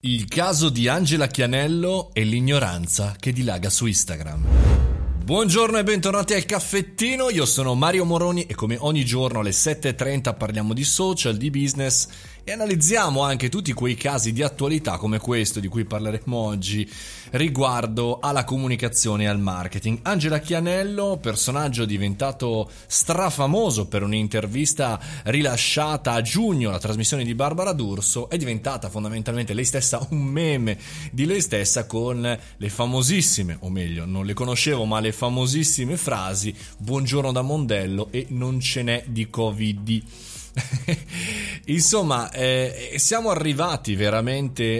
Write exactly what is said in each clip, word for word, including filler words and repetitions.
Il caso di Angela Chianello e l'ignoranza che dilaga su Instagram. Buongiorno e bentornati al caffettino, io sono Mario Moroni e come ogni giorno alle sette e trenta parliamo di social, di business e analizziamo anche tutti quei casi di attualità come questo di cui parleremo oggi riguardo alla comunicazione e al marketing. Angela Chianello, personaggio diventato strafamoso per un'intervista rilasciata a giugno alla trasmissione di Barbara D'Urso, è diventata fondamentalmente lei stessa un meme di lei stessa con le famosissime, o meglio non le conoscevo ma le famosissime frasi buongiorno da Mondello e non ce n'è di Covid. Insomma, eh, siamo arrivati veramente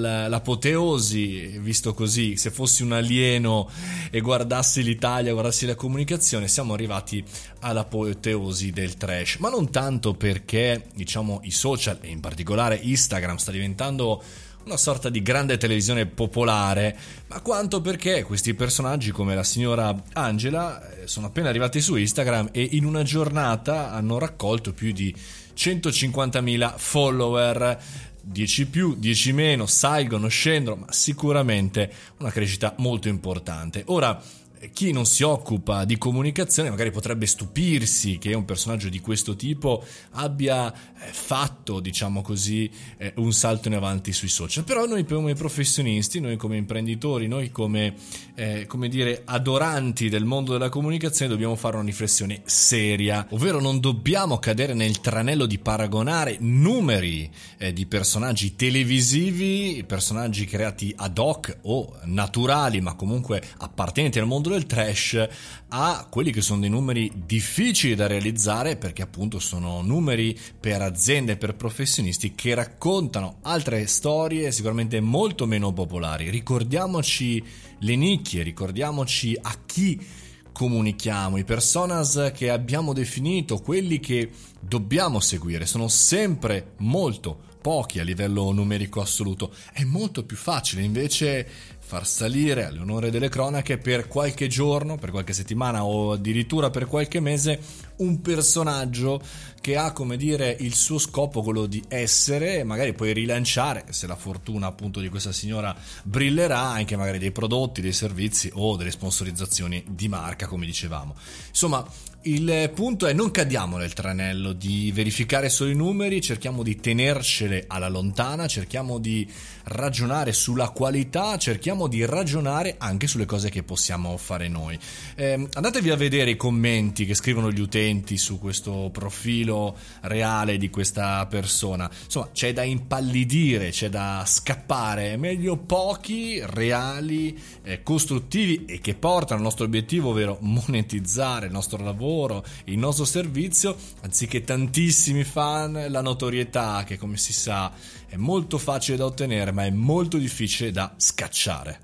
all'apoteosi, visto così, se fossi un alieno e guardassi l'Italia, guardassi la comunicazione, siamo arrivati all'apoteosi del trash, ma non tanto perché, diciamo, i social e in particolare Instagram sta diventando una sorta di grande televisione popolare, ma quanto perché questi personaggi come la signora Angela sono appena arrivati su Instagram e in una giornata hanno raccolto più di centocinquantamila follower, dieci più, dieci meno, salgono, scendono, ma sicuramente una crescita molto importante. Ora, chi non si occupa di comunicazione magari potrebbe stupirsi che un personaggio di questo tipo abbia fatto, diciamo così, un salto in avanti sui social. Però noi come professionisti, noi come imprenditori, noi come, eh, come dire, adoranti del mondo della comunicazione dobbiamo fare una riflessione seria, ovvero non dobbiamo cadere nel tranello di paragonare numeri eh, di personaggi televisivi, personaggi creati ad hoc o naturali, ma comunque appartenenti al mondo del trash, a quelli che sono dei numeri difficili da realizzare perché appunto sono numeri per aziende, per professionisti che raccontano altre storie sicuramente molto meno popolari. Ricordiamoci le nicchie, ricordiamoci a chi comunichiamo, i personas che abbiamo definito, quelli che dobbiamo seguire, sono sempre molto pochi a livello numerico assoluto. È molto più facile invece far salire all'onore delle cronache per qualche giorno, per qualche settimana o addirittura per qualche mese un personaggio che ha, come dire, il suo scopo, quello di essere, magari poi rilanciare, se la fortuna appunto di questa signora brillerà, anche magari dei prodotti, dei servizi o delle sponsorizzazioni di marca, come dicevamo. Insomma, il punto è non cadiamo nel tranello di verificare solo i numeri, cerchiamo di tenercele alla lontana, cerchiamo di ragionare sulla qualità, cerchiamo di ragionare anche sulle cose che possiamo fare noi. Eh, andatevi a vedere i commenti che scrivono gli utenti su questo profilo reale di questa persona. Insomma, c'è da impallidire, c'è da scappare. È meglio pochi, reali, eh, costruttivi e che portano al nostro obiettivo, ovvero monetizzare il nostro lavoro, il nostro servizio, anziché tantissimi fan, la notorietà che, come si sa, è molto facile da ottenere ma è molto difficile da scacciare.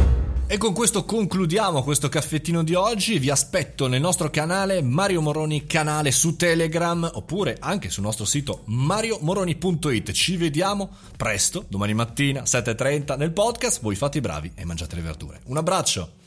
E con questo concludiamo questo caffettino di oggi. Vi aspetto nel nostro canale Mario Moroni canale su Telegram oppure anche sul nostro sito mario moroni punto it. Ci vediamo presto domani mattina sette e trenta nel podcast. Voi fate i bravi e mangiate le verdure. Un abbraccio.